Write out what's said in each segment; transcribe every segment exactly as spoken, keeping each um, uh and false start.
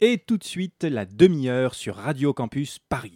Et tout de suite, la demi-heure sur Radio Campus Paris.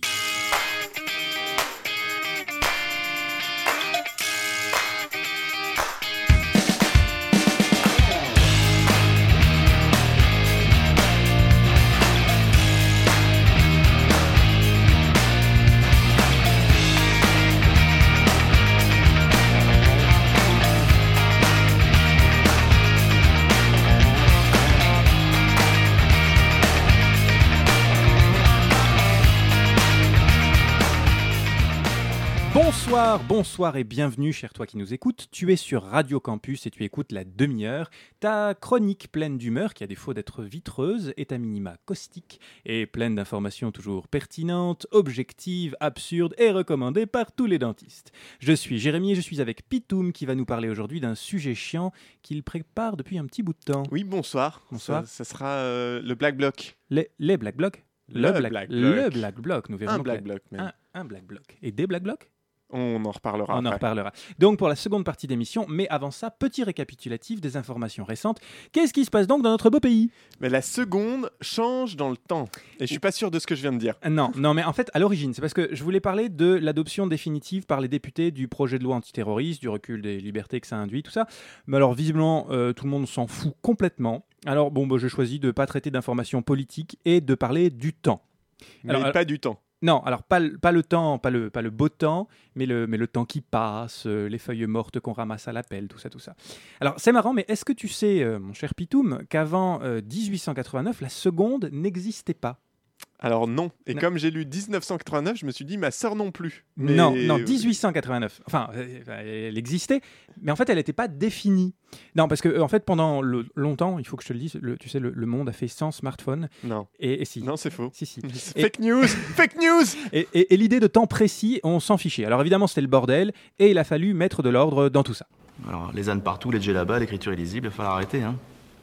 Bonsoir, bonsoir et bienvenue, cher toi qui nous écoutes. Tu es sur Radio Campus et tu écoutes la demi-heure. Ta chronique pleine d'humeur, qui a défaut d'être vitreuse, est à minima caustique et pleine d'informations toujours pertinentes, objectives, absurdes et recommandées par tous les dentistes. Je suis Jérémy et je suis avec Pitoum qui va nous parler aujourd'hui d'un sujet chiant qu'il prépare depuis un petit bout de temps. Oui, bonsoir. Bonsoir. Ça, ça sera euh, le Black Bloc. Les, les Black Blocs Le, le Black, Black, Bloc. Le Black Bloc, nous verrons. Un donc Black la- Bloc, même. un, un Black Bloc. Et des Black Blocs ? On en reparlera On en après. reparlera. Donc pour la seconde partie d'émission, mais avant ça, petit récapitulatif des informations récentes. Qu'est-ce qui se passe donc dans notre beau pays ? Mais la seconde change dans le temps. Et je suis pas sûr de ce que je viens de dire. Non, non, mais en fait, à l'origine, c'est parce que je voulais parler de l'adoption définitive par les députés du projet de loi antiterroriste, du recul des libertés que ça induit, tout ça. Mais alors, visiblement, euh, tout le monde s'en fout complètement. Alors, bon, bah, j'ai choisi de ne pas traiter d'informations politiques et de parler du temps. Mais Alors, pas du temps. Non, alors pas, le- pas le temps, pas le, pas le beau temps, mais le, mais le temps qui passe, euh, les feuilles mortes qu'on ramasse à la pelle, tout ça, tout ça. Alors c'est marrant, mais est-ce que tu sais, euh, mon cher Pitoum, qu'avant euh, dix-huit cent quatre-vingt-neuf, la seconde n'existait pas ? Alors non. Et Non. comme j'ai lu dix-neuf cent quatre-vingt-neuf, je me suis dit, ma sœur non plus. Mais- Non, non, dix-huit cent quatre-vingt-neuf. Enfin, euh, elle existait, mais en fait, elle n'était pas définie. Non, parce que euh, en fait, pendant le- longtemps, il faut que je te le dise, le- tu sais, le, le monde a fait sans smartphone. Non. Et, et si. Non, c'est faux. Si, si. C'est Fake news. Fake news. Et, et- et l'idée de temps précis, on s'en fichait. Alors évidemment, c'était le bordel, et il a fallu mettre de l'ordre dans tout ça. Alors, les ânes partout, les là-bas, l'écriture illisible, il va falloir arrêter, hein.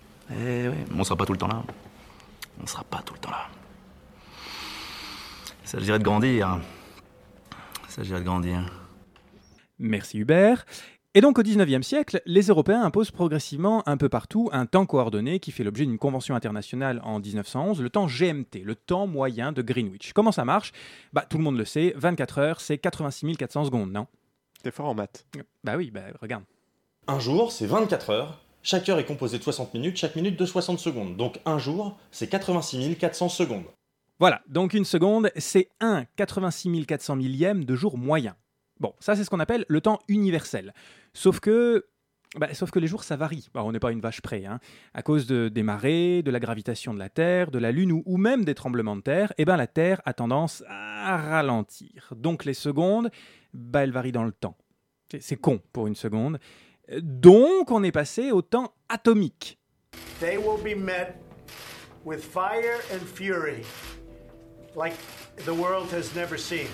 Eh ouais, on sera pas tout le temps là. On sera pas tout le temps là. Il s'agirait de grandir. Il s'agirait de grandir. Merci Hubert. Et donc au dix-neuvième siècle, les Européens imposent progressivement un peu partout un temps coordonné qui fait l'objet d'une convention internationale en dix-neuf cent onze, le temps G M T, le temps moyen de Greenwich. Comment ça marche ? Bah tout le monde le sait, vingt-quatre heures, c'est quatre-vingt-six mille quatre cents secondes, non ? T'es fort en maths. Bah oui, bah regarde. Un jour, c'est vingt-quatre heures. Chaque heure est composée de soixante minutes, chaque minute de soixante secondes. Donc un jour, c'est quatre-vingt-six mille quatre cents secondes. Voilà, donc une seconde, c'est un quatre-vingt-six mille quatre cents millième de jour moyen. Bon, ça c'est ce qu'on appelle le temps universel. Sauf que, bah, sauf que les jours ça varie. Bah, on n'est pas une vache près. Hein. À cause de, des marées, de la gravitation de la Terre, de la Lune ou, ou même des tremblements de terre, eh ben, la Terre a tendance à ralentir. Donc les secondes, bah, elles varient dans le temps. C'est, c'est con pour une seconde. Donc on est passé au temps atomique. They will be met with fire and fury like the world has never seen.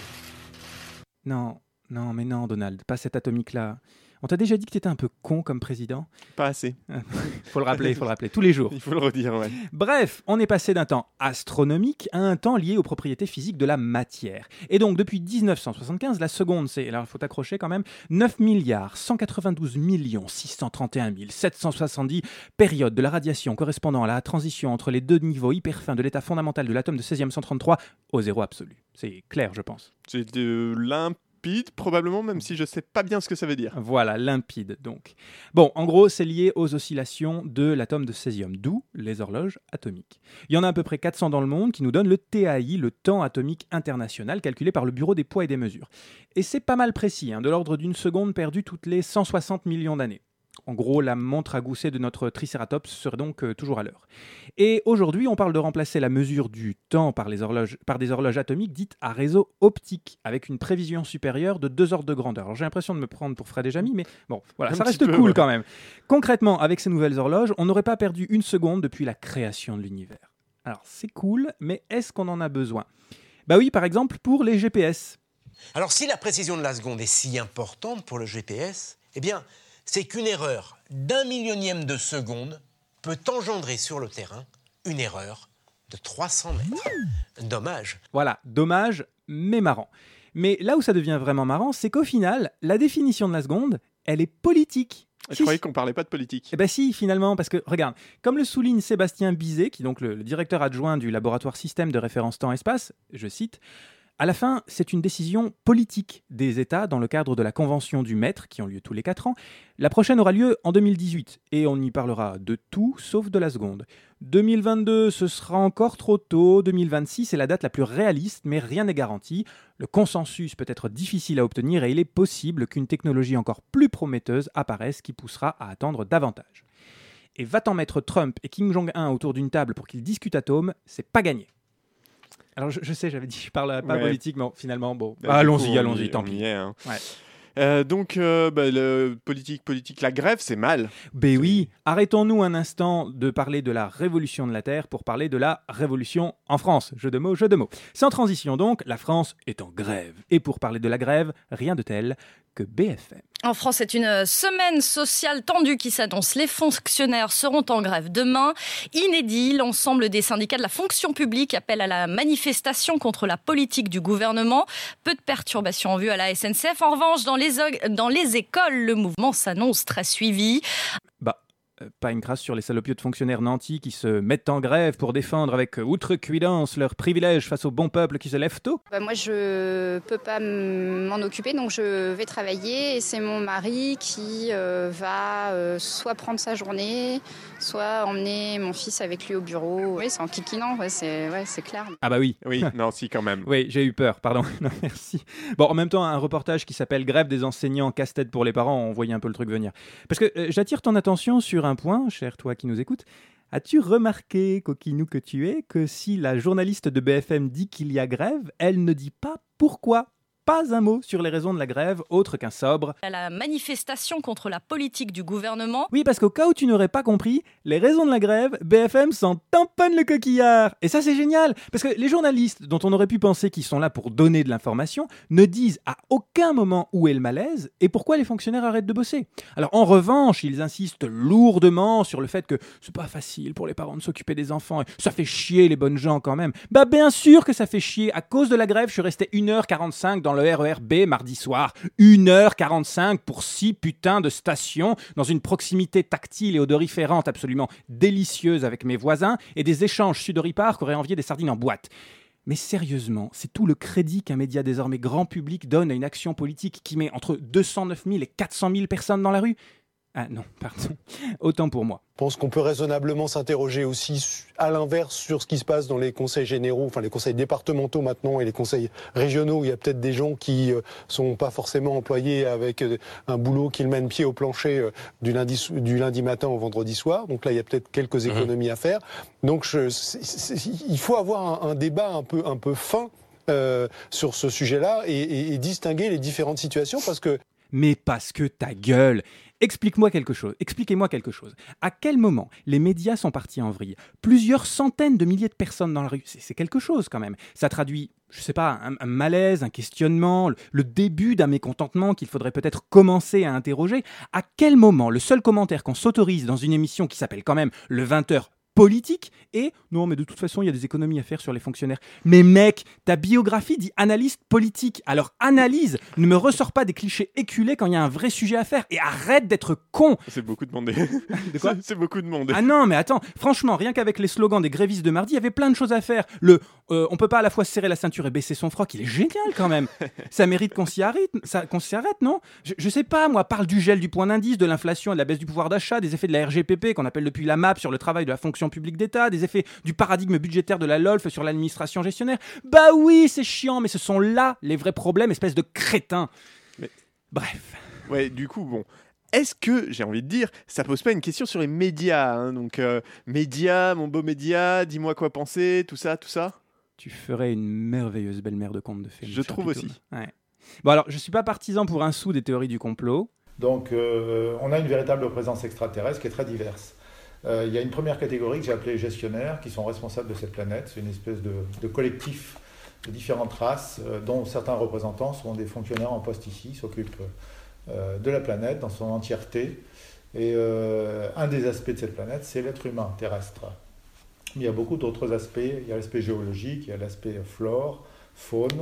Non, non, mais non, Donald, pas cet atomique-là. On t'a déjà dit que t'étais un peu con comme président ? Pas assez. Faut le rappeler, faut le rappeler, tous les jours. Il faut le redire, ouais. Bref, on est passé d'un temps astronomique à un temps lié aux propriétés physiques de la matière. Et donc, depuis dix-neuf cent soixante-quinze, la seconde, c'est, alors il faut t'accrocher quand même, neuf milliards cent quatre-vingt-douze millions six cent trente et un mille sept cent soixante-dix périodes de la radiation correspondant à la transition entre les deux niveaux hyper fins de l'état fondamental de l'atome de césium cent trente-trois au zéro absolu. C'est clair, je pense. C'est de limpide, probablement, même si je sais pas bien ce que ça veut dire. Voilà, limpide donc. Bon, en gros, c'est lié aux oscillations de l'atome de césium, d'où les horloges atomiques. Il y en a à peu près quatre cents dans le monde qui nous donnent le T A I, le temps atomique international, calculé par le Bureau des poids et des mesures. Et c'est pas mal précis, hein, de l'ordre d'une seconde perdue toutes les cent soixante millions d'années. En gros, la montre à gousset de notre Triceratops serait donc euh, toujours à l'heure. Et aujourd'hui, on parle de remplacer la mesure du temps par, les horloges, par des horloges atomiques dites à réseau optique, avec une prévision supérieure de deux ordres de grandeur. Alors j'ai l'impression de me prendre pour Fred et Jamy, mais bon, voilà, Un ça petit reste peu, cool ouais. quand même. Concrètement, avec ces nouvelles horloges, on n'aurait pas perdu une seconde depuis la création de l'univers. Alors c'est cool, mais est-ce qu'on en a besoin ? Bah oui, par exemple, pour les G P S. Alors si la précision de la seconde est si importante pour le G P S, eh bien, c'est qu'une erreur d'un millionième de seconde peut engendrer sur le terrain une erreur de trois cents mètres. Dommage. Voilà, dommage, mais marrant. Mais là où ça devient vraiment marrant, c'est qu'au final, la définition de la seconde, elle est politique. Je Si, croyais si. qu'on parlait pas de politique. Eh bien si, finalement, parce que, regarde, comme le souligne Sébastien Bizet, qui est donc le, le directeur adjoint du laboratoire système de référence temps-espace, je cite, « À la fin, c'est une décision politique des États dans le cadre de la Convention du Maître, qui ont lieu tous les quatre ans. La prochaine aura lieu en deux mille dix-huit, et on y parlera de tout, sauf de la seconde. deux mille vingt-deux, ce sera encore trop tôt. deux mille vingt-six est la date la plus réaliste, mais rien n'est garanti. Le consensus peut être difficile à obtenir et il est possible qu'une technologie encore plus prometteuse apparaisse qui poussera à attendre davantage. Et va-t'en mettre Trump et Kim Jong-un autour d'une table pour qu'ils discutent atomes, c'est pas gagné. » Alors je, je sais, j'avais dit je parle pas Ouais. politique, mais bon, finalement, bon, Bah, bah, du allons-y, coup, on allons-y, y- tant on pis. y est, hein. Ouais. Euh, donc, euh, bah, le politique, politique, la grève, c'est mal. Ben oui, arrêtons-nous un instant de parler de la révolution de la Terre pour parler de la révolution en France. Jeu de mots, jeu de mots. Sans transition donc, la France est en grève. Et pour parler de la grève, rien de tel que B F M. En France, c'est une semaine sociale tendue qui s'annonce. Les fonctionnaires seront en grève demain. Inédit, l'ensemble des syndicats de la fonction publique appellent à la manifestation contre la politique du gouvernement. Peu de perturbations en vue à la S N C F. En revanche, dans les, dans les écoles, le mouvement s'annonce très suivi. Bah, euh, pas une crasse sur les salopios de fonctionnaires nantis qui se mettent en grève pour défendre avec outrecuidance leurs privilèges face au bon peuple qui se lève tôt. Bah moi, je peux pas m'en occuper, donc je vais travailler et c'est mon mari qui euh, va euh, soit prendre sa journée, soit emmener mon fils avec lui au bureau. Oui, c'est en kikinant, ouais, c'est, ouais, c'est clair. Ah bah oui. Oui, non, si, quand même. Oui, j'ai eu peur, pardon. Non, merci. Bon, en même temps, un reportage qui s'appelle « Grève des enseignants, casse-tête pour les parents », on voyait un peu le truc venir. Parce que euh, j'attire ton attention sur un point, cher toi qui nous écoutes. As-tu remarqué, coquinou que tu es, que si la journaliste de B F M dit qu'il y a grève, elle ne dit pas pourquoi ? Pas un mot sur les raisons de la grève, autre qu'un sobre. À la manifestation contre la politique du gouvernement. Oui, parce qu'au cas où tu n'aurais pas compris, les raisons de la grève, B F M s'en tamponne le coquillard. Et ça, c'est génial, parce que les journalistes, dont on aurait pu penser qu'ils sont là pour donner de l'information, ne disent à aucun moment où est le malaise et pourquoi les fonctionnaires arrêtent de bosser. Alors, en revanche, ils insistent lourdement sur le fait que c'est pas facile pour les parents de s'occuper des enfants, et ça fait chier les bonnes gens quand même. Bah, bien sûr que ça fait chier. À cause de la grève, je suis resté une heure quarante-cinq dans le R E R B mardi soir. une heure quarante-cinq pour six putains de stations dans une proximité tactile et odoriférante absolument délicieuse avec mes voisins et des échanges sudoripares qu'auraient envié des sardines en boîte. Mais sérieusement, c'est tout le crédit qu'un média désormais grand public donne à une action politique qui met entre deux cent neuf mille et quatre cent mille personnes dans la rue ? Ah non, pardon. Autant pour moi. Je pense qu'on peut raisonnablement s'interroger aussi à l'inverse sur ce qui se passe dans les conseils généraux, enfin les conseils départementaux maintenant et les conseils régionaux où il y a peut-être des gens qui euh, sont pas forcément employés avec euh, un boulot qu'ils mènent pied au plancher euh, du, lundi, du lundi matin au vendredi soir. Donc là, il y a peut-être quelques économies mmh. à faire. Donc je, c'est, c'est, il faut avoir un, un débat un peu, un peu fin euh, sur ce sujet-là et, et, et distinguer les différentes situations parce que... Mais parce que ta gueule. Explique-moi quelque chose, expliquez-moi quelque chose. À quel moment les médias sont partis en vrille ? Plusieurs centaines de milliers de personnes dans la rue, c'est, c'est quelque chose quand même. Ça traduit, je sais pas, un, un malaise, un questionnement, le, le début d'un mécontentement qu'il faudrait peut-être commencer à interroger. À quel moment le seul commentaire qu'on s'autorise dans une émission qui s'appelle quand même le vingt heures politique et non mais de toute façon il y a des économies à faire sur les fonctionnaires. Mais mec, ta biographie dit analyste politique. Alors analyse, ne me ressors pas des clichés éculés quand il y a un vrai sujet à faire et arrête d'être con. C'est beaucoup demandé. De quoi ? c'est, c'est beaucoup demandé. Ah non mais attends, franchement rien qu'avec les slogans des grévistes de mardi, il y avait plein de choses à faire. Le euh, on peut pas à la fois serrer la ceinture et baisser son froc, il est génial quand même. Ça mérite qu'on s'y arrête, ça, qu'on s'y arrête non ? je, je sais pas moi, parle du gel du point d'indice, de l'inflation et de la baisse du pouvoir d'achat, des effets de la R G P P qu'on appelle depuis la M A P sur le travail de la fonction public d'État, des effets du paradigme budgétaire de la L O L F sur l'administration gestionnaire. Bah oui, c'est chiant, mais ce sont là les vrais problèmes, espèce de crétins. Mais... Bref. Ouais, du coup, bon... Est-ce que, j'ai envie de dire, ça pose pas une question sur les médias hein, donc, euh, médias, mon beau média, dis-moi quoi penser, tout ça, tout ça. Tu ferais une merveilleuse belle-mère de conte de fées. Je trouve plutôt. aussi. Ouais. Bon alors, je suis pas partisan pour un sou des théories du complot. Donc, euh, on a une véritable présence extraterrestre qui est très diverse. Euh, il y a une première catégorie que j'ai appelée gestionnaires, qui sont responsables de cette planète. C'est une espèce de, de collectif de différentes races, euh, dont certains représentants sont des fonctionnaires en poste ici, s'occupent euh, de la planète dans son entièreté. Et euh, un des aspects de cette planète, c'est l'être humain terrestre. Mais il y a beaucoup d'autres aspects. Il y a l'aspect géologique, il y a l'aspect flore, faune,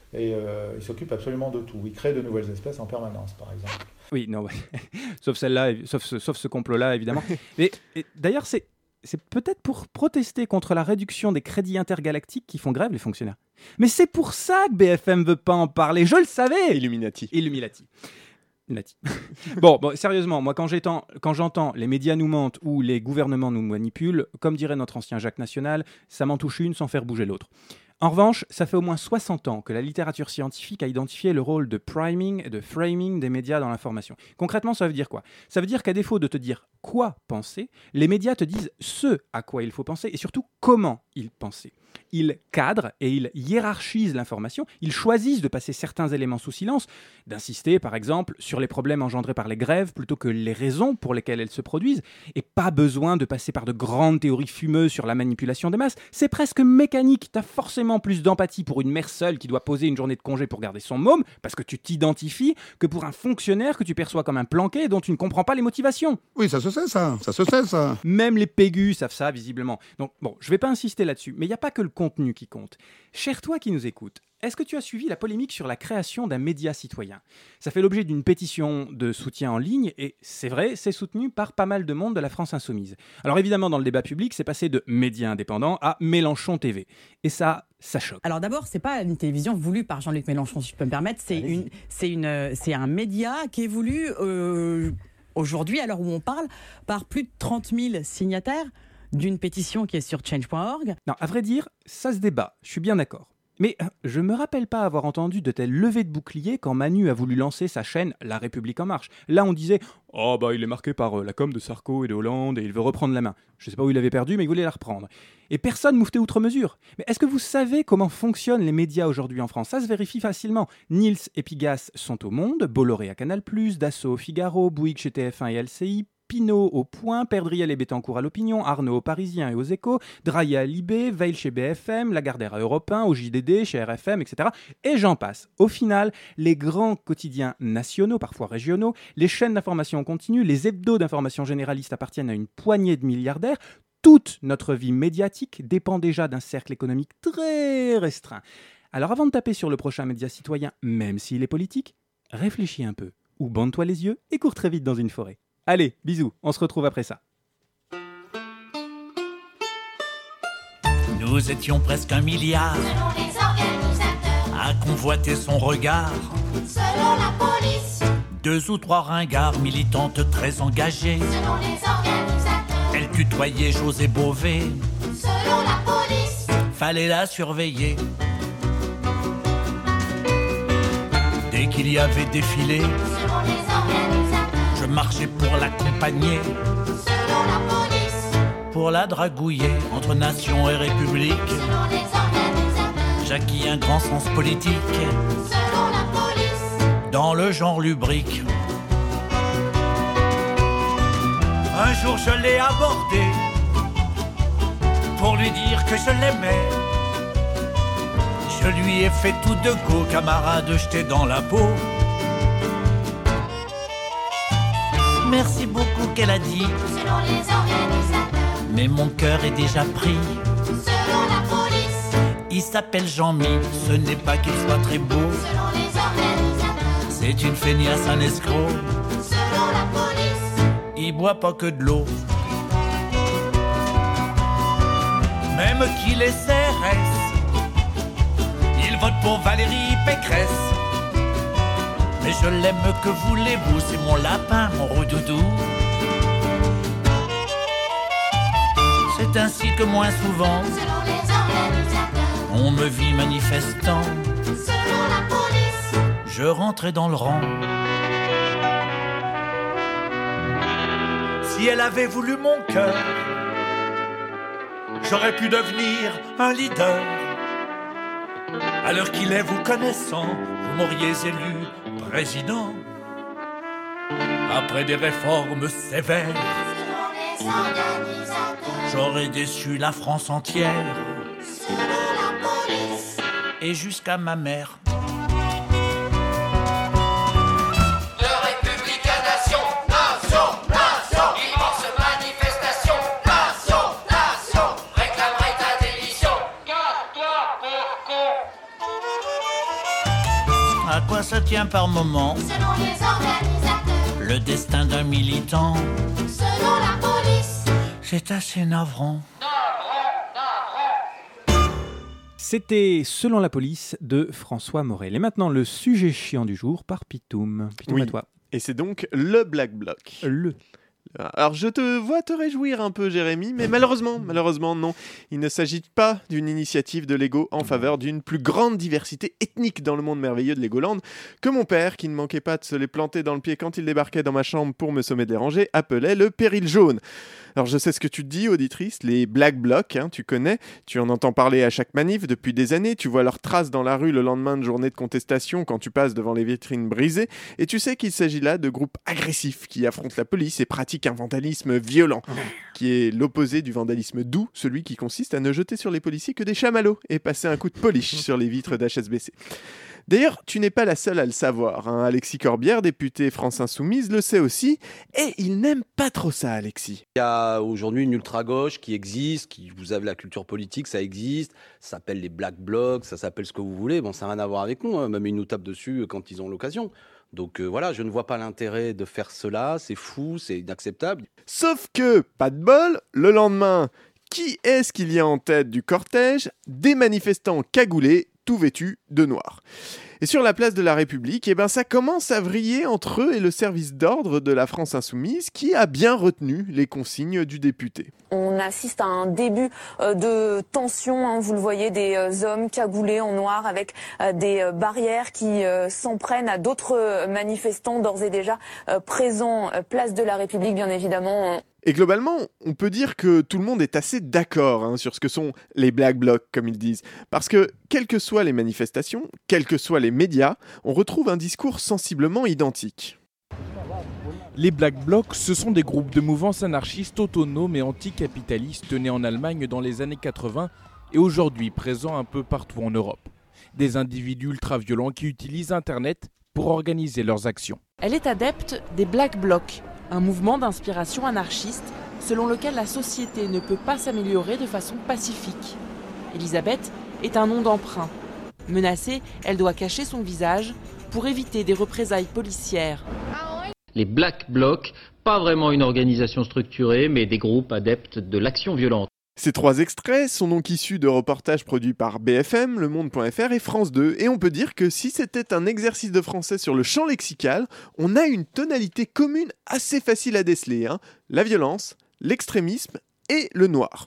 Et euh, ils s'occupent absolument de tout. Ils créent de nouvelles espèces en permanence, par exemple. Oui, non, ouais. sauf celle-là, sauf ce, sauf ce complot-là, évidemment. et, et d'ailleurs, c'est, c'est peut-être pour protester contre la réduction des crédits intergalactiques qui font grève, les fonctionnaires. Mais c'est pour ça que B F M veut pas en parler, je le savais. Illuminati. Illuminati. Illuminati. bon, bon, sérieusement, moi, quand j'entends, quand j'entends les médias nous mentent ou les gouvernements nous manipulent, comme dirait notre ancien Jacques National, ça m'en touche une sans faire bouger l'autre. En revanche, ça fait au moins soixante ans que la littérature scientifique a identifié le rôle de priming et de framing des médias dans l'information. Concrètement, ça veut dire quoi ? Ça veut dire qu'à défaut de te dire quoi penser, les médias te disent ce à quoi il faut penser et surtout comment il penser. Ils cadrent et ils hiérarchisent l'information, ils choisissent de passer certains éléments sous silence, d'insister par exemple sur les problèmes engendrés par les grèves plutôt que les raisons pour lesquelles elles se produisent, et pas besoin de passer par de grandes théories fumeuses sur la manipulation des masses, c'est presque mécanique, t'as forcément plus d'empathie pour une mère seule qui doit poser une journée de congé pour garder son môme, parce que tu t'identifies, que pour un fonctionnaire que tu perçois comme un planqué et dont tu ne comprends pas les motivations. Oui, ça se sait ça, ça se sait ça. Même les pégus savent ça visiblement. Donc bon, je vais pas insister là-dessus, mais il n'y a pas que le contenu qui compte. Cher toi qui nous écoutes, est-ce que tu as suivi la polémique sur la création d'un média citoyen ? Ça fait l'objet d'une pétition de soutien en ligne et c'est vrai, c'est soutenu par pas mal de monde de la France insoumise. Alors évidemment, dans le débat public, c'est passé de médias indépendants à Mélenchon T V. Et ça, ça choque. Alors d'abord, c'est pas une télévision voulue par Jean-Luc Mélenchon, si je peux me permettre. C'est, une, c'est, une, c'est un média qui est voulu euh, aujourd'hui, à l'heure où on parle, par plus de trente mille signataires d'une pétition qui est sur change point org. Non, à vrai dire, ça se débat, je suis bien d'accord. Mais je me rappelle pas avoir entendu de telles levées de boucliers quand Manu a voulu lancer sa chaîne La République En Marche. Là, on disait « Oh bah il est marqué par euh, la com de Sarko et de Hollande et il veut reprendre la main. » Je sais pas où il avait perdu, mais il voulait la reprendre. Et personne mouftait outre mesure. Mais est-ce que vous savez comment fonctionnent les médias aujourd'hui en France ? Ça se vérifie facilement. Niels et Pigasse sont au Monde, Bolloré à Canal plus, Dassault au Figaro, Bouygues chez T F un et L C I, Pinault au Point, Perdriel et Bettencourt à l'Opinion, Arnaud au Parisien et aux Échos, Drahi à Libé, Veil chez B F M, Lagardère à Europe un, au J D D, chez R F M, et cetera. Et j'en passe. Au final, les grands quotidiens nationaux, parfois régionaux, les chaînes d'information continue, les hebdos d'information généraliste appartiennent à une poignée de milliardaires. Toute notre vie médiatique dépend déjà d'un cercle économique très restreint. Alors avant de taper sur le prochain média citoyen, même s'il est politique, réfléchis un peu, ou bande-toi les yeux et cours très vite dans une forêt. Allez, bisous, on se retrouve après ça. Nous étions presque un milliard selon les organisateurs à convoiter son regard. Selon la police, deux ou trois ringards militantes très engagées. Selon les organisateurs, elle tutoyait José Bové. Selon la police, fallait la surveiller. Dès qu'il y avait défilé, selon les organisateurs, je marchais pour l'accompagner. Selon la police, pour la dragouiller entre nation et république. Selon les organisateurs, j'acquis un grand sens politique. Selon la police, dans le genre lubrique. Un jour je l'ai abordé pour lui dire que je l'aimais. Je lui ai fait tout de go, camarade, jeté dans la peau. Merci beaucoup qu'elle a dit. Selon les organisateurs, mais mon cœur est déjà pris. Selon la police, il s'appelle Jean-Mi, ce n'est pas qu'il soit très beau. Selon les organisateurs, c'est une feignasse, un escroc. Selon la police, il boit pas que de l'eau. Même qu'il est C R S, il vote pour Valérie Pécresse. Mais je l'aime, que voulez-vous, c'est mon lapin, mon redoudou. C'est ainsi que moins souvent, selon les organisateurs, on me vit manifestant. Selon la police, je rentrais dans le rang. Si elle avait voulu mon cœur, j'aurais pu devenir un leader. À l'heure qu'il est, vous connaissant, vous m'auriez élu président. Après des réformes sévères, selon les organisateurs, j'aurais déçu la France entière. Selon la police, et jusqu'à ma mère. à quoi ça tient par moment. Selon les organisateurs, Le destin d'un militant, selon la police. c'est assez navrant. C'était Selon la police de François Morel. Et maintenant, le sujet chiant du jour par Pitoum. Pitoum, Oui. à toi. Et c'est donc le Black Bloc. Le. Alors je te vois te réjouir un peu, Jérémy, mais malheureusement, malheureusement non. Il ne s'agit pas d'une initiative de Lego en faveur d'une plus grande diversité ethnique dans le monde merveilleux de Legoland que mon père, qui ne manquait pas de se les planter dans le pied quand il débarquait dans ma chambre pour me sommer de les ranger, appelait le péril jaune. Alors je sais ce que tu te dis, auditrice, les Black Blocs, hein, tu connais, tu en entends parler à chaque manif depuis des années, tu vois leurs traces dans la rue le lendemain de journée de contestation quand tu passes devant les vitrines brisées, et tu sais qu'il s'agit là de groupes agressifs qui affrontent la police et pratiquent un vandalisme violent, qui est l'opposé du vandalisme doux, celui qui consiste à ne jeter sur les policiers que des chamallows et passer un coup de polish sur les vitres d'H S B C. D'ailleurs, tu n'es pas la seule à le savoir, hein. Alexis Corbière, député France Insoumise, le sait aussi, et il n'aime pas trop ça, Alexis. Il y a aujourd'hui une ultra-gauche qui existe, qui, vous avez la culture politique, ça existe, ça s'appelle les Black Blocs, ça s'appelle ce que vous voulez, bon, ça n'a rien à voir avec nous, hein. Même ils nous tapent dessus quand ils ont l'occasion. Donc euh, voilà, je ne vois pas l'intérêt de faire cela, c'est fou, c'est inacceptable. Sauf que, pas de bol, le lendemain, qui est-ce qu'il y a en tête du cortège ? Des manifestants cagoulés, tout vêtus de noir. Et sur la place de la République, eh ben, ça commence à vriller entre eux et le service d'ordre de la France Insoumise qui a bien retenu les consignes du député. On assiste à un début euh, de tension, hein, vous le voyez, des euh, hommes cagoulés en noir avec euh, des euh, barrières qui euh, s'en prennent à d'autres euh, manifestants d'ores et déjà euh, présents, euh, place de la République bien évidemment. Euh. Et globalement, on peut dire que tout le monde est assez d'accord hein, sur ce que sont les Black Blocs, comme ils disent. Parce que, quelles que soient les manifestations, quels que soient les médias, on retrouve un discours sensiblement identique. Les Black Blocs, ce sont des groupes de mouvance anarchistes autonomes et anticapitalistes nés en Allemagne dans les années quatre-vingts et aujourd'hui présents un peu partout en Europe. Des individus ultra-violents qui utilisent Internet pour organiser leurs actions. Elle est adepte des Black Blocs, un mouvement d'inspiration anarchiste selon lequel la société ne peut pas s'améliorer de façon pacifique. Elisabeth est un nom d'emprunt. Menacée, elle doit cacher son visage pour éviter des représailles policières. Les Black Blocs, pas vraiment une organisation structurée, mais des groupes adeptes de l'action violente. Ces trois extraits sont donc issus de reportages produits par B F M, Le Monde point F R et France deux, et on peut dire que si c'était un exercice de français sur le champ lexical, on a une tonalité commune assez facile à déceler, hein. La violence, l'extrémisme et le noir.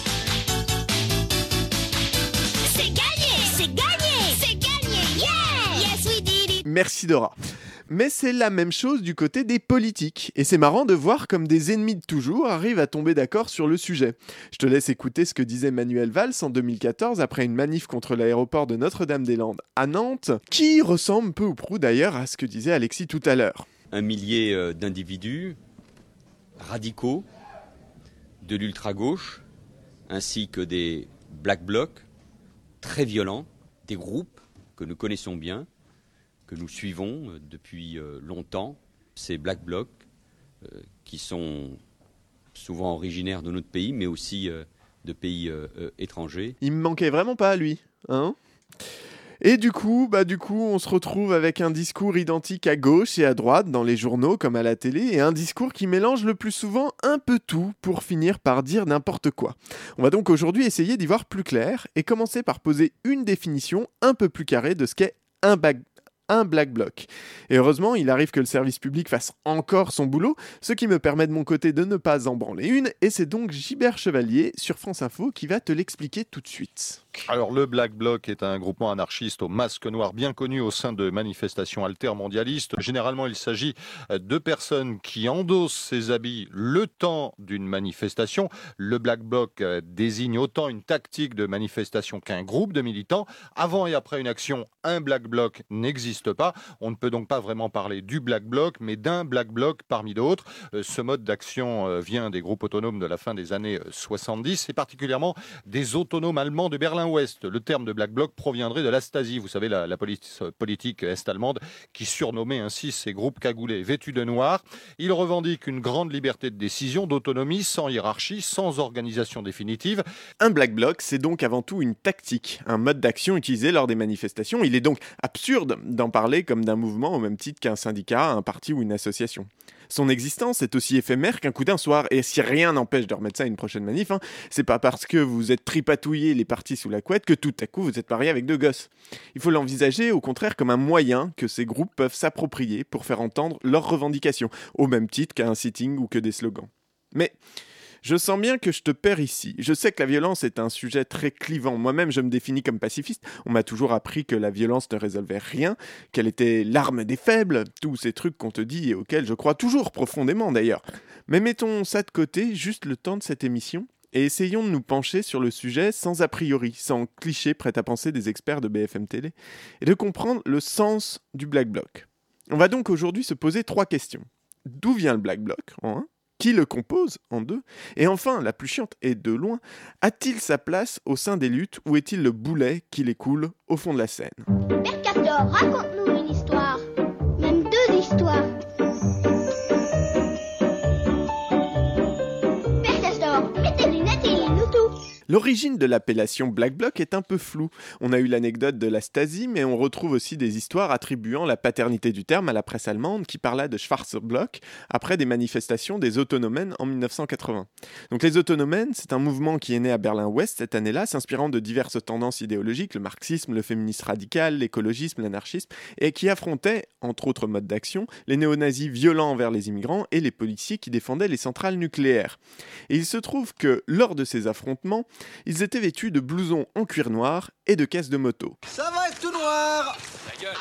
C'est gagné, c'est gagné, c'est gagné, yeah! Yes, we did it! Merci Dora. Mais c'est la même chose du côté des politiques. Et c'est marrant de voir comme des ennemis de toujours arrivent à tomber d'accord sur le sujet. Je te laisse écouter ce que disait Manuel Valls en deux mille quatorze après une manif contre l'aéroport de Notre-Dame-des-Landes à Nantes, qui ressemble peu ou prou d'ailleurs à ce que disait Alexis tout à l'heure. Un millier d'individus radicaux de l'ultra-gauche, ainsi que des Black Blocs très violents, des groupes que nous connaissons bien, que nous suivons euh, depuis euh, longtemps, ces Black Blocs euh, qui sont souvent originaires de notre pays, mais aussi euh, de pays euh, euh, étrangers. Il me manquait vraiment pas à lui, hein ? Et du coup, bah du coup, on se retrouve avec un discours identique à gauche et à droite dans les journaux comme à la télé, et un discours qui mélange le plus souvent un peu tout pour finir par dire n'importe quoi. On va donc aujourd'hui essayer d'y voir plus clair et commencer par poser une définition un peu plus carrée de ce qu'est un bac. un Black Bloc. Et heureusement, il arrive que le service public fasse encore son boulot, ce qui me permet de mon côté de ne pas en branler une, et c'est donc Gilbert Chevalier sur France Info qui va te l'expliquer tout de suite. Alors le Black Bloc est un groupement anarchiste au masque noir bien connu au sein de manifestations altermondialistes. Généralement, il s'agit de personnes qui endossent ces habits le temps d'une manifestation. Le Black Bloc désigne autant une tactique de manifestation qu'un groupe de militants. Avant et après une action, un Black Bloc n'existe pas. On ne peut donc pas vraiment parler du Black Bloc, mais d'un Black Bloc parmi d'autres. Ce mode d'action vient des groupes autonomes de la fin des années soixante-dix et particulièrement des autonomes allemands de Berlin. Berlin-Ouest, le terme de Black Bloc proviendrait de la Stasi, vous savez, la, la police, politique est-allemande, qui surnommait ainsi ces groupes cagoulés, vêtus de noir. Ils revendiquent une grande liberté de décision, d'autonomie, sans hiérarchie, sans organisation définitive. Un Black Bloc, c'est donc avant tout une tactique, un mode d'action utilisé lors des manifestations. Il est donc absurde d'en parler comme d'un mouvement au même titre qu'un syndicat, un parti ou une association. Son existence est aussi éphémère qu'un coup d'un soir, et si rien n'empêche de remettre ça à une prochaine manif, hein, c'est pas parce que vous êtes tripatouillé les partis sous la couette que tout à coup vous êtes marié avec deux gosses. Il faut l'envisager au contraire comme un moyen que ces groupes peuvent s'approprier pour faire entendre leurs revendications, au même titre qu'un sitting ou que des slogans. Mais je sens bien que je te perds ici. Je sais que la violence est un sujet très clivant. Moi-même, je me définis comme pacifiste. On m'a toujours appris que la violence ne résolvait rien, qu'elle était l'arme des faibles, tous ces trucs qu'on te dit et auxquels je crois toujours profondément d'ailleurs. Mais mettons ça de côté, juste le temps de cette émission, et essayons de nous pencher sur le sujet sans a priori, sans clichés prêts à penser des experts de B F M Télé, et de comprendre le sens du Black Bloc. On va donc aujourd'hui se poser trois questions. D'où vient le Black Bloc, en un ? Qui le compose, en deux? Et enfin, la plus chiante et de loin, a-t-il sa place au sein des luttes ou est-il le boulet qui les coule au fond de la Seine? Père Castor, raconte-nous une histoire. Même deux histoires. Père Castor, mets tes lunettes et lis-nous tout. L'origine de l'appellation Black Bloc est un peu floue. On a eu l'anecdote de la Stasi, mais on retrouve aussi des histoires attribuant la paternité du terme à la presse allemande qui parla de Schwarzer Block après des manifestations des Autonomen en mille neuf cent quatre-vingts. Donc les Autonomen, c'est un mouvement qui est né à Berlin-Ouest cette année-là, s'inspirant de diverses tendances idéologiques, le marxisme, le féminisme radical, l'écologisme, l'anarchisme, et qui affrontait, entre autres modes d'action, les néo-nazis violents envers les immigrants et les policiers qui défendaient les centrales nucléaires. Et il se trouve que, lors de ces affrontements, ils étaient vêtus de blousons en cuir noir et de caisses de moto. Ça va être tout noir. Ta gueule.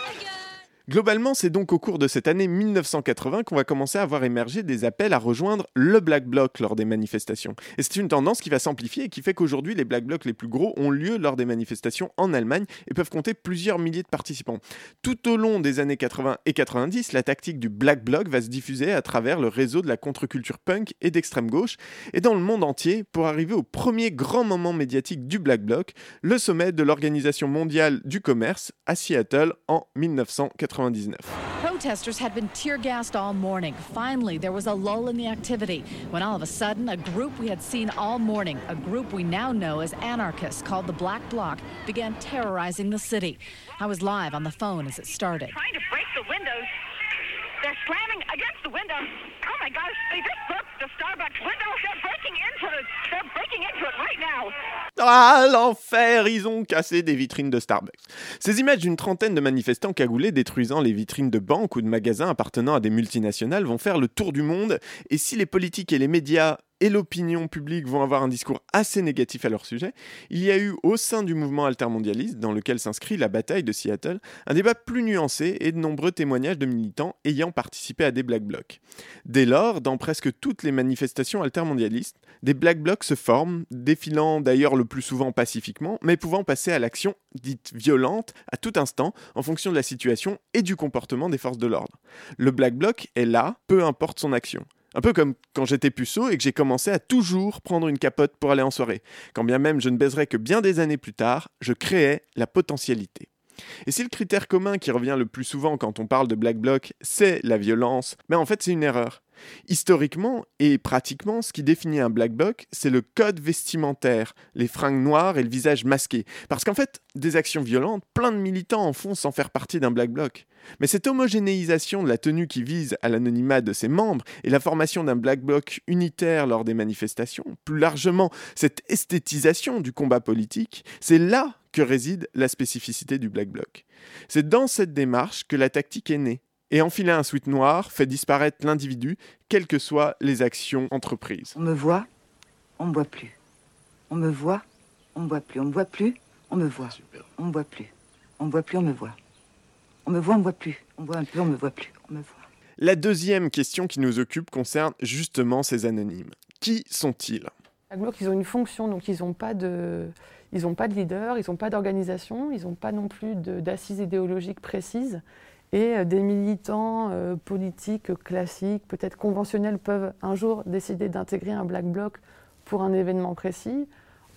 Globalement, c'est donc au cours de cette année mille neuf cent quatre-vingts qu'on va commencer à voir émerger des appels à rejoindre le Black Bloc lors des manifestations. Et c'est une tendance qui va s'amplifier et qui fait qu'aujourd'hui, les Black Blocs les plus gros ont lieu lors des manifestations en Allemagne et peuvent compter plusieurs milliers de participants. Tout au long des années quatre-vingts et quatre-vingt-dix, la tactique du Black Bloc va se diffuser à travers le réseau de la contre-culture punk et d'extrême gauche et dans le monde entier pour arriver au premier grand moment médiatique du Black Bloc, le sommet de l'Organisation mondiale du commerce à Seattle en mille neuf cent quatre-vingt-dix-neuf. Protesters had been tear-gassed all morning. Finally, there was a lull in the activity when all of a sudden a group we had seen all morning, a group we now know as anarchists called the Black Bloc, began terrorizing the city. I was live on the phone as it started. Trying to break the windows. They're slamming against the windows. Oh my gosh, they just broke the Starbucks windows. They're breaking into it. They're breaking into it right now. Ah, l'enfer! Ils ont cassé des vitrines de Starbucks. Ces images d'une trentaine de manifestants cagoulés détruisant les vitrines de banques ou de magasins appartenant à des multinationales vont faire le tour du monde. Et si les politiques et les médias et l'opinion publique vont avoir un discours assez négatif à leur sujet, il y a eu au sein du mouvement altermondialiste, dans lequel s'inscrit la bataille de Seattle, un débat plus nuancé et de nombreux témoignages de militants ayant participé à des Black Blocs. Dès lors, dans presque toutes les manifestations altermondialistes, des Black Blocs se forment, défilant d'ailleurs le plus souvent pacifiquement, mais pouvant passer à l'action dite violente à tout instant, en fonction de la situation et du comportement des forces de l'ordre. Le Black Bloc est là, peu importe son action. Un peu comme quand j'étais puceau et que j'ai commencé à toujours prendre une capote pour aller en soirée. Quand bien même je ne baiserais que bien des années plus tard, je créais la potentialité. Et si le critère commun qui revient le plus souvent quand on parle de Black Bloc, c'est la violence, ben en fait c'est une erreur. Historiquement et pratiquement, ce qui définit un Black Bloc, c'est le code vestimentaire, les fringues noires et le visage masqué. Parce qu'en fait, des actions violentes, plein de militants en font sans faire partie d'un Black Bloc. Mais cette homogénéisation de la tenue qui vise à l'anonymat de ses membres et la formation d'un Black Bloc unitaire lors des manifestations, plus largement cette esthétisation du combat politique, c'est là que réside la spécificité du Black Bloc. C'est dans cette démarche que la tactique est née. Et enfiler un sweat noir fait disparaître l'individu, quelles que soient les actions entreprises. On me voit, on me voit plus. On me voit, on me voit plus. On me voit plus, on me voit. Super. On me voit plus. On me voit plus, on me voit. On me voit, on me voit plus. On me voit un peu, on me voit plus. On me voit. La deuxième question qui nous occupe concerne justement ces anonymes. Qui sont-ils ? Les Black Blocs, ils ont une fonction, donc ils n'ont pas de, ils n'ont pas de leader, ils n'ont pas d'organisation, ils n'ont pas non plus de, d'assises idéologiques précises. Et des militants euh, politiques classiques, peut-être conventionnels, peuvent un jour décider d'intégrer un Black Bloc pour un événement précis.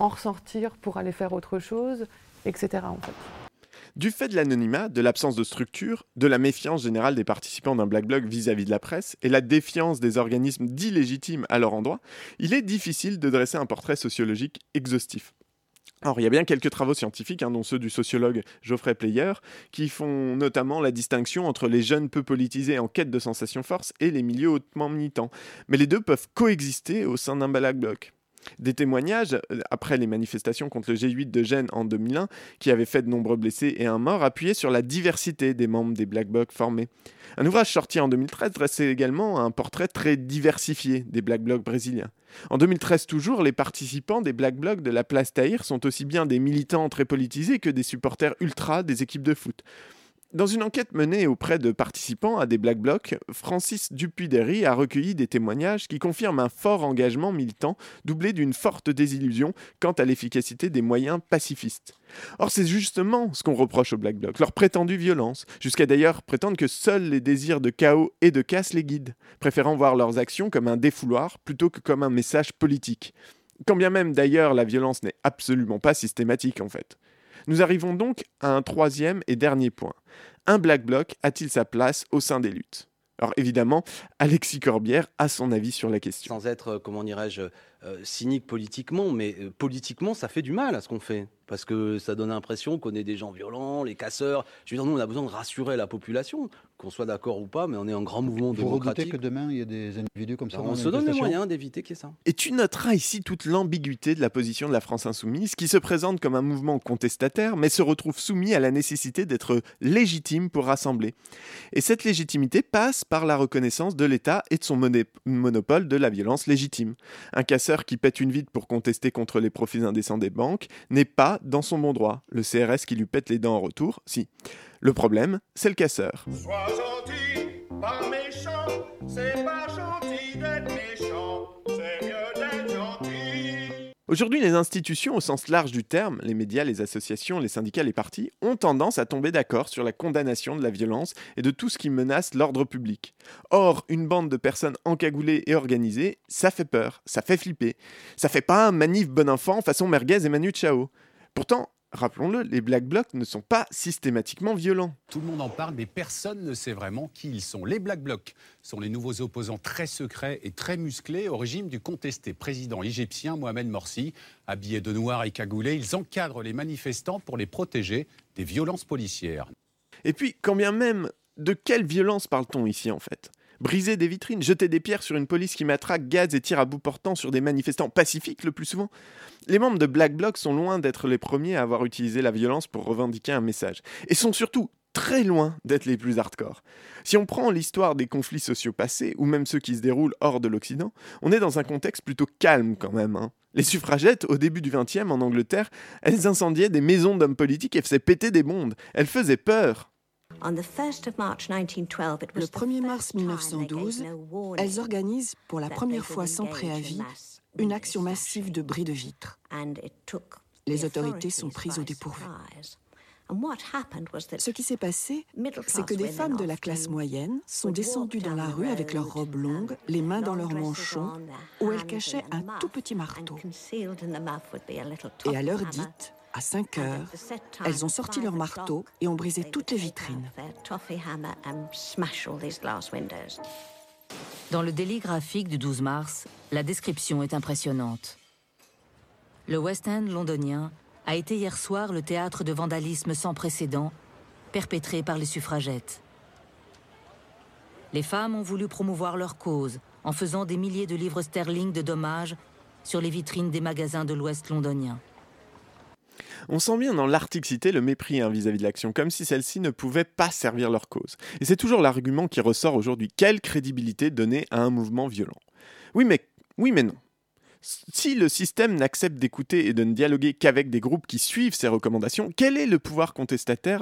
en ressortir pour aller faire autre chose, et cetera en fait. Du fait de l'anonymat, de l'absence de structure, de la méfiance générale des participants d'un Black Bloc vis-à-vis de la presse et la défiance des organismes dits légitimes à leur endroit, il est difficile de dresser un portrait sociologique exhaustif. Alors, il y a bien quelques travaux scientifiques, hein, dont ceux du sociologue Geoffrey Player, qui font notamment la distinction entre les jeunes peu politisés en quête de sensations force et les milieux hautement militants. Mais les deux peuvent coexister au sein d'un Black Bloc. Des témoignages, après les manifestations contre le G huit de Gênes en deux mille un, qui avaient fait de nombreux blessés et un mort, appuyaient sur la diversité des membres des Black Blocs formés. Un ouvrage sorti en deux mille treize dressait également un portrait très diversifié des Black Blocs brésiliens. En deux mille treize toujours, les participants des Black Blocs de la Place Tahir sont aussi bien des militants très politisés que des supporters ultra des équipes de foot. Dans une enquête menée auprès de participants à des Black Blocs, Francis Dupuy-Derry a recueilli des témoignages qui confirment un fort engagement militant doublé d'une forte désillusion quant à l'efficacité des moyens pacifistes. Or, c'est justement ce qu'on reproche aux Black Blocs, leur prétendue violence, jusqu'à d'ailleurs prétendre que seuls les désirs de chaos et de casse les guident, préférant voir leurs actions comme un défouloir plutôt que comme un message politique. Quand bien même d'ailleurs la violence n'est absolument pas systématique en fait. Nous arrivons donc à un troisième et dernier point. Un Black Bloc a-t-il sa place au sein des luttes ? Alors évidemment, Alexis Corbière a son avis sur la question. Sans être, comment dirais-je, euh, cynique politiquement, mais euh, politiquement, ça fait du mal à ce qu'on fait. Parce que ça donne l'impression qu'on est des gens violents, les casseurs. Je veux dire, nous, on a besoin de rassurer la population, qu'on soit d'accord ou pas, mais on est un grand mouvement Vous démocratique. redoutez que demain, il y ait des individus comme ça Alors, dans on les se donne les manifestations moyens d'éviter qu'il y ait ça. Et tu noteras ici toute l'ambiguïté de la position de la France Insoumise, qui se présente comme un mouvement contestataire, mais se retrouve soumis à la nécessité d'être légitime pour rassembler. Et cette légitimité passe par la reconnaissance de l'État et de son moné- monopole de la violence légitime. Un casseur qui pète une vitre pour contester contre les profits indécents des banques n'est pas dans son bon droit. Le C R S qui lui pète les dents en retour, si. Le problème, c'est le casseur. Sois gentil, pas méchant, c'est pas gentil d'être méchant, c'est mieux d'être gentil. Aujourd'hui, les institutions au sens large du terme, les médias, les associations, les syndicats, les partis, ont tendance à tomber d'accord sur la condamnation de la violence et de tout ce qui menace l'ordre public. Or, une bande de personnes encagoulées et organisées, ça fait peur, ça fait flipper. Ça fait pas un manif bon enfant façon Merguez et Manu Chao. Pourtant, rappelons-le, les Black Blocs ne sont pas systématiquement violents. Tout le monde en parle, mais personne ne sait vraiment qui ils sont. Les Black Blocs sont les nouveaux opposants très secrets et très musclés au régime du contesté président égyptien Mohamed Morsi. Habillés de noir et cagoulés, ils encadrent les manifestants pour les protéger des violences policières. Et puis, quand bien même, de quelle violence parle-t-on ici en fait ? Briser des vitrines, jeter des pierres sur une police qui matraque, gaz et tire à bout portant sur des manifestants pacifiques le plus souvent. Les membres de Black Bloc sont loin d'être les premiers à avoir utilisé la violence pour revendiquer un message. Et sont surtout très loin d'être les plus hardcore. Si on prend l'histoire des conflits sociaux passés, ou même ceux qui se déroulent hors de l'Occident, on est dans un contexte plutôt calme quand même. Hein. Les suffragettes, au début du vingtième, en Angleterre, elles incendiaient des maisons d'hommes politiques et faisaient péter des bombes. Elles faisaient peur. Le premier mars mille neuf cent douze, elles organisent pour la première fois sans préavis une action massive de bris de vitres. Les autorités sont prises au dépourvu. Ce qui s'est passé, c'est que des femmes de la classe moyenne sont descendues dans la rue avec leurs robes longues, les mains dans leurs manchons, où elles cachaient un tout petit marteau. Et à l'heure dite, à cinq heures, elles ont sorti leur marteau et ont brisé toutes les vitrines. Dans le délit graphique du douze mars, la description est impressionnante. Le West End londonien a été hier soir le théâtre de vandalisme sans précédent perpétré par les suffragettes. Les femmes ont voulu promouvoir leur cause en faisant des milliers de livres sterling de dommages sur les vitrines des magasins de l'Ouest londonien. On sent bien dans l'article cité le mépris hein, vis-à-vis de l'action, comme si celle-ci ne pouvait pas servir leur cause. Et c'est toujours l'argument qui ressort aujourd'hui. Quelle crédibilité donner à un mouvement violent ? Oui mais, oui mais non. Si le système n'accepte d'écouter et de ne dialoguer qu'avec des groupes qui suivent ces recommandations, quel est le pouvoir contestataire de ces groupes ?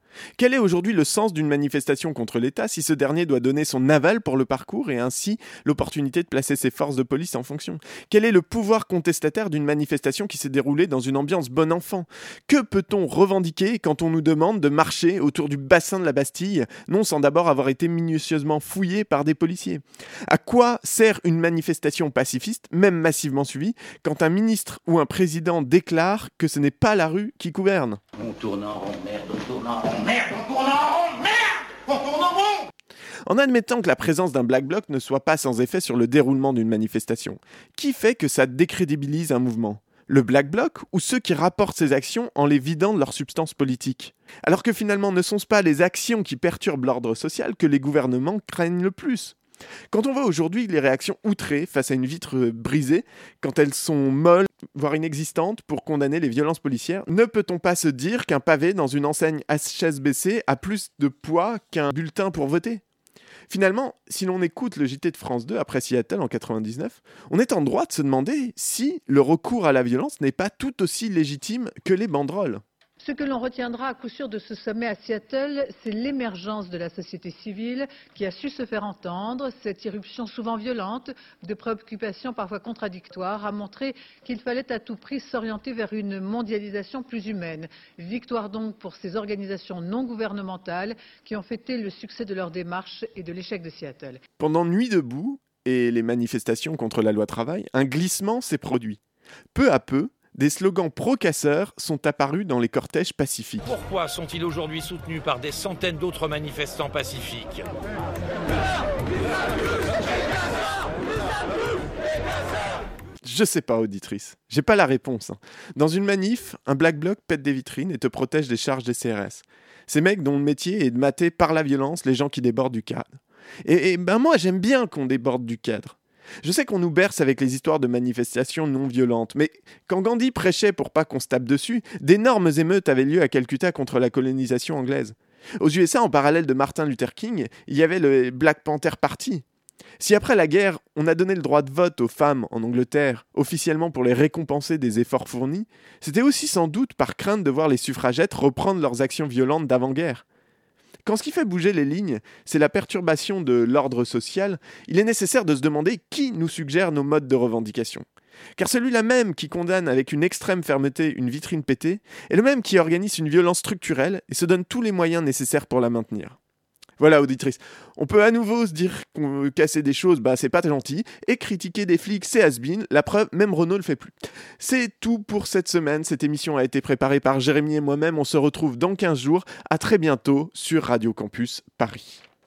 Quel est aujourd'hui le sens d'une manifestation contre l'État si ce dernier doit donner son aval pour le parcours et ainsi l'opportunité de placer ses forces de police en fonction ? Quel est le pouvoir contestataire d'une manifestation qui s'est déroulée dans une ambiance bon enfant ? Que peut-on revendiquer quand on nous demande de marcher autour du bassin de la Bastille, non sans d'abord avoir été minutieusement fouillé par des policiers ? À quoi sert une manifestation pacifiste, même massivement suivie, quand un ministre ou un président déclare que ce n'est pas la rue qui gouverne ? On tourne en rond, merde, on tourne en rond, merde, on tourne en rond, merde, on tourne en rond. En admettant que la présence d'un Black Bloc ne soit pas sans effet sur le déroulement d'une manifestation, qui fait que ça décrédibilise un mouvement ? Le Black Bloc ou ceux qui rapportent ces actions en les vidant de leur substance politique ? Alors que finalement, ne sont-ce pas les actions qui perturbent l'ordre social que les gouvernements craignent le plus ? Quand on voit aujourd'hui les réactions outrées face à une vitre brisée, quand elles sont molles, voire inexistantes, pour condamner les violences policières, ne peut-on pas se dire qu'un pavé dans une enseigne H S B C a plus de poids qu'un bulletin pour voter ? Finalement, si l'on écoute le J T de France deux après Seattle en quatre-vingt-dix-neuf, on est en droit de se demander si le recours à la violence n'est pas tout aussi légitime que les banderoles. Ce que l'on retiendra à coup sûr de ce sommet à Seattle, c'est l'émergence de la société civile qui a su se faire entendre. Cette irruption souvent violente, de préoccupations parfois contradictoires, a montré qu'il fallait à tout prix s'orienter vers une mondialisation plus humaine. Victoire donc pour ces organisations non gouvernementales qui ont fêté le succès de leur démarche et de l'échec de Seattle. Pendant Nuit debout et les manifestations contre la loi travail, un glissement s'est produit. Peu à peu, des slogans pro-casseurs sont apparus dans les cortèges pacifiques. Pourquoi sont-ils aujourd'hui soutenus par des centaines d'autres manifestants pacifiques ? Je sais pas, auditrice. J'ai pas la réponse. Dans une manif, un Black Bloc pète des vitrines et te protège des charges des C R S. Ces mecs dont le métier est de mater par la violence les gens qui débordent du cadre. Et, et ben moi, j'aime bien qu'on déborde du cadre. Je sais qu'on nous berce avec les histoires de manifestations non violentes, mais quand Gandhi prêchait pour pas qu'on se tape dessus, d'énormes émeutes avaient lieu à Calcutta contre la colonisation anglaise. Aux U S A, en parallèle de Martin Luther King, il y avait le Black Panther Party. Si après la guerre, on a donné le droit de vote aux femmes en Angleterre, officiellement pour les récompenser des efforts fournis, c'était aussi sans doute par crainte de voir les suffragettes reprendre leurs actions violentes d'avant-guerre. Quand ce qui fait bouger les lignes, c'est la perturbation de l'ordre social, il est nécessaire de se demander qui nous suggère nos modes de revendication. Car celui-là même qui condamne avec une extrême fermeté une vitrine pétée est le même qui organise une violence structurelle et se donne tous les moyens nécessaires pour la maintenir. Voilà, auditrice, on peut à nouveau se dire qu'on veut casser des choses, bah c'est pas gentil, et critiquer des flics, c'est has-been, la preuve, même Renault le fait plus. C'est tout pour cette semaine, cette émission a été préparée par Jérémy et moi-même, on se retrouve dans quinze jours, à très bientôt sur Radio Campus Paris.